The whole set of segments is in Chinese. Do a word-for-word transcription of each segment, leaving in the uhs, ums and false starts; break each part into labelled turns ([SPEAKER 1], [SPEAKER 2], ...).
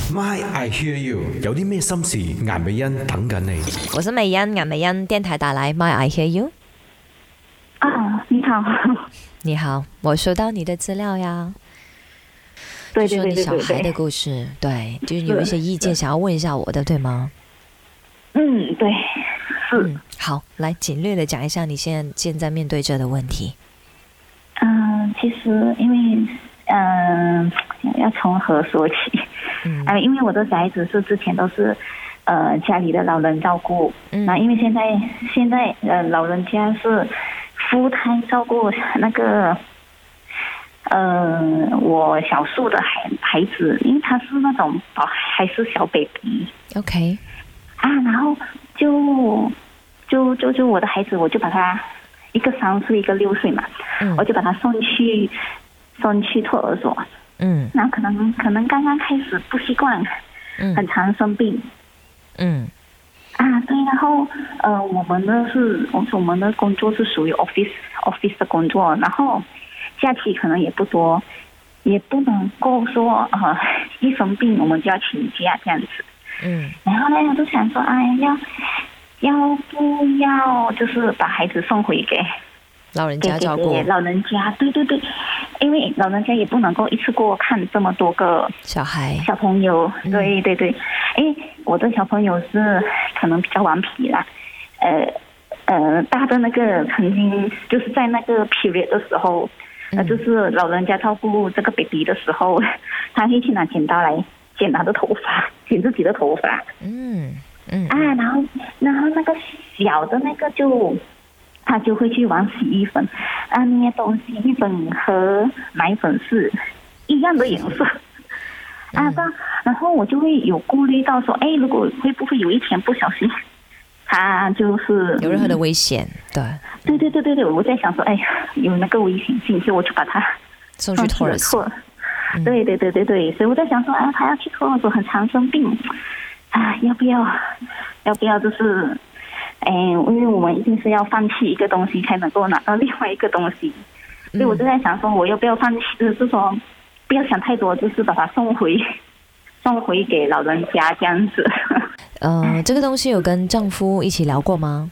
[SPEAKER 1] My I hear you， 有啲咩心事顏美欣等緊你。
[SPEAKER 2] 我是美欣，顏美欣電台打來 My I hear you。
[SPEAKER 3] 啊，你好。
[SPEAKER 2] 你好，我收到你的資料呀。
[SPEAKER 3] 对对对对对，
[SPEAKER 2] 說你小孩的故事，對，就是有一些意見想要問一下我的，對嗎？
[SPEAKER 3] 嗯，对，是。
[SPEAKER 2] 嗯，好，來簡略的講一下你現在現在面對着的問題。
[SPEAKER 3] 嗯，其實因為嗯要從何說起？嗯，啊，因為我的小孩子是之前都是呃家裡的老人照顧，嗯，那因為現在現在呃老人家是夫胎照顧那個呃我小叔的孩孩子，因為他是那種哦還是小 baby。OK。啊，然後就就就就我的孩子，我就把他一個三歲，一個六歲嘛，嗯，我就把他送去送去托兒所。嗯，那可能可能剛剛開始不習慣，嗯，很常生病。嗯，啊，對，然後呃，我們呢是，我們的工作是屬於 office office 的工作，然後假期可能也不多，也不能夠說呃一生病我們就要請假這樣子。嗯，然後呢，我就想說，哎，要要不要就是把孩子送回給
[SPEAKER 2] 老人家照顧？
[SPEAKER 3] 老人家，對對對，因為老人家也不能夠一次過看這麼多個
[SPEAKER 2] 小孩
[SPEAKER 3] 小朋友。嗯，對對對，因為我的小朋友是可能比較頑皮啦，呃呃，大的那個曾經就是在那個 period 的時候，呃，就是老人家照顧這個 baby 的時候，他會去拿剪刀來剪他的頭髮，剪自己的頭髮。嗯嗯啊，然後然後那個小的那個就，他就會去玩洗衣粉，啊，那些東西洗衣粉和奶粉是一樣的顏色。嗯，啊，然後我就會有顧慮到說，哎，如果會不會有一天不小心，他就是
[SPEAKER 2] 有任何的危險？對
[SPEAKER 3] 對對對對對，我在想說，哎，有那個危險性，所以我就把他
[SPEAKER 2] 送去托兒所。
[SPEAKER 3] 嗯，對對對對對，所以我在想說，啊，他要去托兒所，很常生病，啊，要不要，要不要，就是，哎，因為我們一定是要放棄一個東西，才能夠拿到另外一個東西，所以我就在想說，我要不要放棄，就是說，不要想太多，就是把他送回，送回給老人家這樣子。
[SPEAKER 2] 呃，這個東西有跟丈夫一起聊過嗎？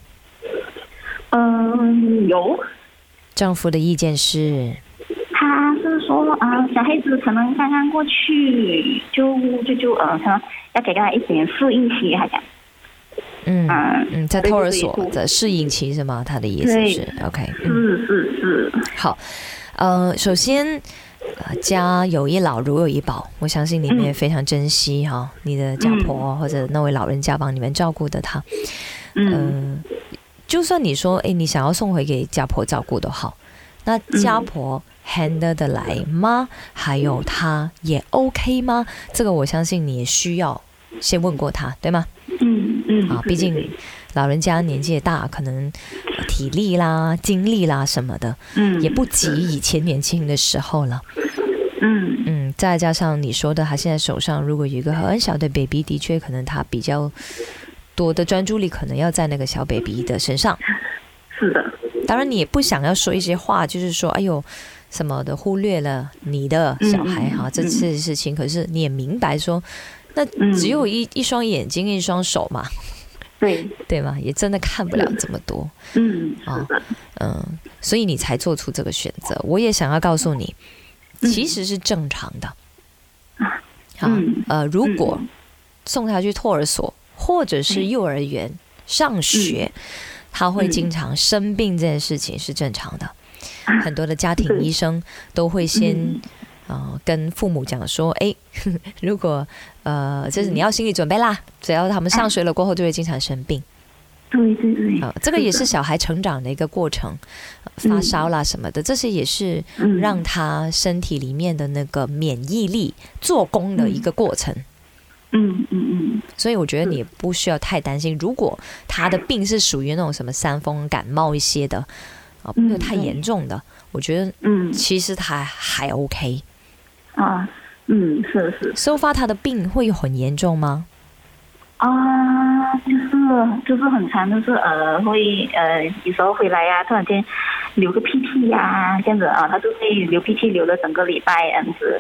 [SPEAKER 3] 嗯，有。
[SPEAKER 2] 丈夫的意見是？
[SPEAKER 3] 他是說啊，呃，小孩子可能剛剛過去，就就就呃，可能要給他一點適應期，好像。
[SPEAKER 2] 嗯嗯，在托兒所的適應期是嗎？他的意思是 OK。
[SPEAKER 3] 是是是。好，
[SPEAKER 2] 呃，首先，呃，家有一老如有一寶，我相信你們也非常珍惜哈，哦，你的家婆或者那位老人家幫你們照顧的他。嗯，呃，就算你說，誒，你想要送回給家婆照顧都好，那家婆handle 得來嗎？還有他也 OK 嗎？這個我相信你也需要先問過他，對嗎？
[SPEAKER 3] 嗯嗯。
[SPEAKER 2] 啊，畢竟老人家年紀也大，可能體力啦、精力啦什麼的，嗯，也不及以前年輕的時候了。嗯嗯，再加上你說的，他現在手上如果有一個很小的 baby， 的確可能他比較多的專注力可能要在那個小 baby 的身上。
[SPEAKER 3] 是的。當
[SPEAKER 2] 然你也不想要說一些話，就是說，哎呦。什麼的忽略了你的小孩哈，嗯，這次事情，可是你也明白說，那只有一一雙眼睛一雙手嘛，
[SPEAKER 3] 對
[SPEAKER 2] 對嗎？也真的看不了這麼多，
[SPEAKER 3] 嗯
[SPEAKER 2] 啊，嗯，所以你才做出這個選擇。我也想要告訴你，其實是正常的，啊，呃，如果送他去托兒所或者是幼兒園上學，他會經常生病，這件事情是正常的。很多的家庭醫生都會先啊、呃、跟父母講說，哎，如果呃就是你要心理準備啦，只要他們上學了過後就會經常生病。
[SPEAKER 3] 對對對，
[SPEAKER 2] 啊、呃，這個也是小孩成長的一個過程，發燒啦什麼的，這些也是讓他身體裡面的那個免疫力做工的一個過程。
[SPEAKER 3] 嗯嗯嗯，
[SPEAKER 2] 所以我覺得你不需要太擔心，如果他的病是屬於那種什麼傷風感冒一些的。啊，沒有太嚴重的，我覺得，嗯，其實他還 OK。
[SPEAKER 3] 啊，嗯，是是。
[SPEAKER 2] So far 他的病會很嚴重嗎？
[SPEAKER 3] 啊，就是就是很長，就是呃會呃有時候回來呀、啊，突然間流個屁屁呀、啊，這樣子啊，他就會流屁屁流了整個禮拜這樣子。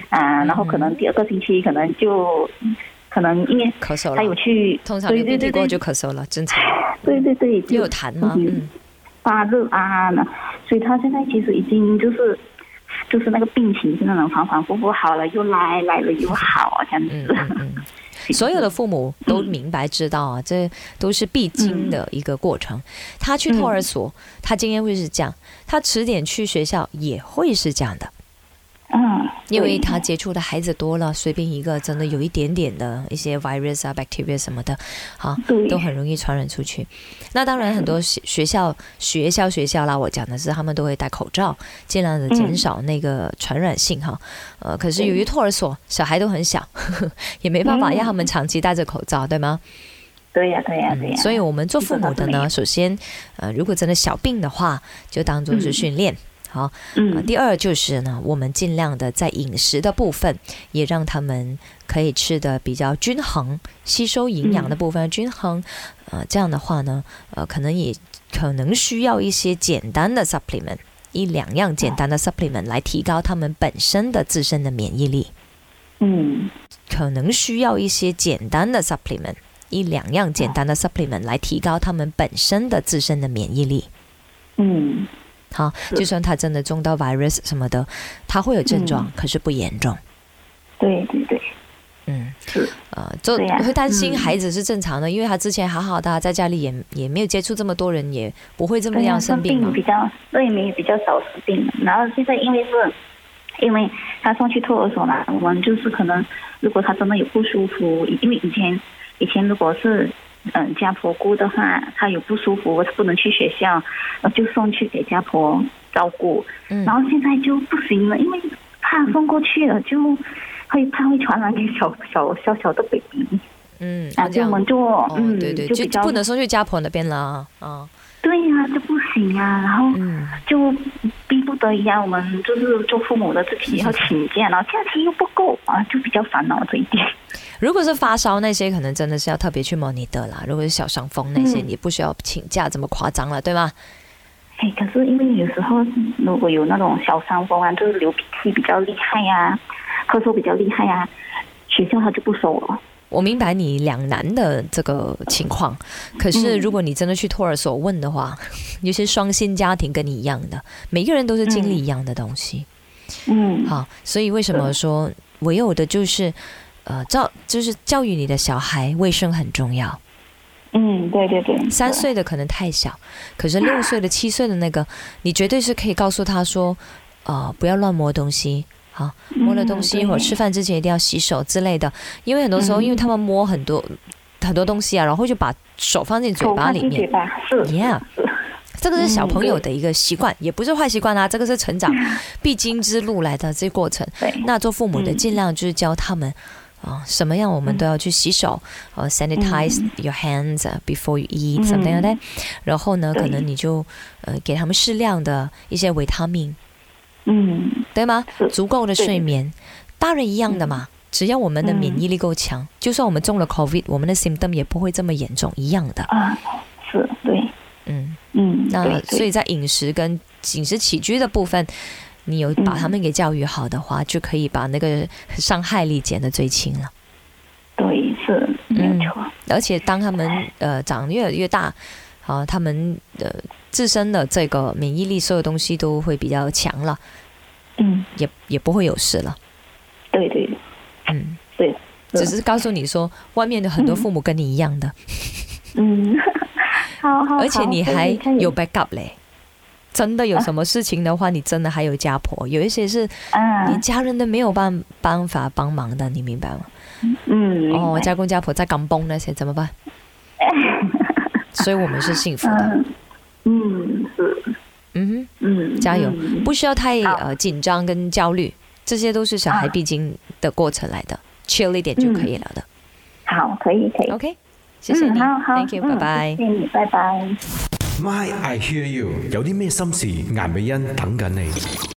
[SPEAKER 3] 啊，然后可能第二个星期可能就可能因为
[SPEAKER 2] 咳嗽了，
[SPEAKER 3] 他有去，
[SPEAKER 2] 通常流鼻涕过就咳嗽了，正常。
[SPEAKER 3] 对对对，
[SPEAKER 2] 也有痰吗？嗯，
[SPEAKER 3] 发热啊，所以他现在其实已经就是就是那个病情是那种反反复复，好了又来，来了又好这样子。
[SPEAKER 2] 嗯嗯嗯所有的父母都明白知道啊，嗯、这都是必经的一个过程。他去托儿所，嗯、他今天会是这样；他迟点去学校也会是这样的。
[SPEAKER 3] 嗯，
[SPEAKER 2] 因为他接触的孩子多了，随便一个真的有一点点的一些 virus 啊、bacteria 什么的，好，都很容易传染出去。那当然，很多学校、学校、学校啦，我讲的是他们都会戴口罩，尽量的减少那个传染性哈。呃，可是由于托儿所小孩都很小，呵呵也没办法让他们长期戴着口罩，对吗？
[SPEAKER 3] 对呀、啊，对呀、啊，对呀、
[SPEAKER 2] 嗯。所以我们做父母的呢，首先，呃，如果真的小病的话，就当做是训练。嗯好，嗯，第二就是呢，我们尽量的在饮食的部分，也让他们可以吃的比较均衡，吸收营养的部分均衡，呃，这样的话呢，呃，可能也可能需要一些简单的 supplement， 一两样简单的 supplement 来提高他们本身的自身的免疫力。嗯，可能需要一些简单的 supplement， 一两样简单的 supplement 来提高他们本身的自身的免疫力。嗯。好，就算他真的中到 virus 什么的，他会有症状，嗯、可是不严重。
[SPEAKER 3] 对对对，
[SPEAKER 2] 嗯，是呃，就会担心孩子是正常的，嗯、因为他之前好好的，在家里也也没有接触这么多人，也不会这么样生病嘛。
[SPEAKER 3] 病比较对，没比较少生病，然后现在因为是，因为他送去托儿所嘛，我们就是可能如果他真的有不舒服，因为以前以前如果是。嗯，家婆姑的话，她有不舒服，不能去学校，就送去给家婆照顾。嗯，然后现在就不行了，因为怕送过去了，就会怕会传染给小小小小的 baby。嗯，啊，就我们做，哦、嗯，
[SPEAKER 2] 对对，就就不能送去家婆那边了啊。
[SPEAKER 3] 对呀、啊，就不行啊，然后就逼不得已啊，我们就是做父母的自己要请假，然后假期又不够啊，就比较烦恼这一点。
[SPEAKER 2] 如果是发烧那些，可能真的是要特别去 monitor 啦。如果是小伤风那些，嗯、也不需要请假这么夸张了，对吗？
[SPEAKER 3] 哎，可是因为有时候如果有那种小伤风啊，就是流鼻涕比较厉害呀、啊，咳嗽比较厉害呀、啊，学校他就不收了。
[SPEAKER 2] 我明白你两难的这个情况，可是如果你真的去托儿所问的话，嗯、有些双薪家庭跟你一样的，每个人都是经历一样的东西。嗯，好，所以为什么说唯有的就是。呃，教就是教育你的小孩卫生很重要。
[SPEAKER 3] 嗯，对对对。
[SPEAKER 2] 三岁的可能太小，可是六岁的、七岁的那个，你绝对是可以告诉他说，呃，不要乱摸东西，好，摸了东西、嗯、或者吃饭之前一定要洗手之类的。因为很多时候，嗯、因为他们摸很多很多东西啊，然后就把手放进嘴巴里面。
[SPEAKER 3] 嘴巴是。
[SPEAKER 2] Yeah。这个是小朋友的一个习惯，嗯、也不是坏习惯啊，这个是成长必经之路来的这过程。那做父母的尽量就是教他们。啊、哦，什么样我们都要去洗手，呃、嗯、，sanitize your hands before you eat、嗯、something like that。然后呢，可能你就呃给他们适量的一些维他命，嗯，对吗？足够的睡眠，大人一样的嘛。只要我们的免疫力够强，嗯、就算我们中了 COVID， 我们的 symptom 也不会这么严重，一样的。
[SPEAKER 3] 啊，是对，嗯嗯。
[SPEAKER 2] 那所以在饮食跟饮食起居的部分。你有把他们给教育好的话，嗯、就可以把那个伤害力减得最轻了。
[SPEAKER 3] 对，是没有错。
[SPEAKER 2] 嗯、而且当他们呃长越来越大，啊，他们呃自身的这个免疫力，所有东西都会比较强了。嗯，也也不会有事了。
[SPEAKER 3] 对对，嗯，对。
[SPEAKER 2] 只是告诉你说，外面的很多父母跟你一样的。
[SPEAKER 3] 嗯，好好。
[SPEAKER 2] 而且你还有 backup 嘞。真的有什么事情的话，你真的还有家婆，有一些是你家人都没有办办法帮忙的，你明白吗？嗯，哦，家公家婆在港崩那些怎么办？所以我们是幸福的。嗯，是，嗯哼，嗯，加油，不需要太呃紧张跟焦虑，这些都是小孩必经的过程来的 ，chill 一点就可以了的。
[SPEAKER 3] 好，可以，可以
[SPEAKER 2] ，OK， 谢谢你 ，Thank you， 拜拜，
[SPEAKER 3] 谢谢你，拜拜。
[SPEAKER 1] My I Hear You 有啲咩心事？顏美欣等緊你。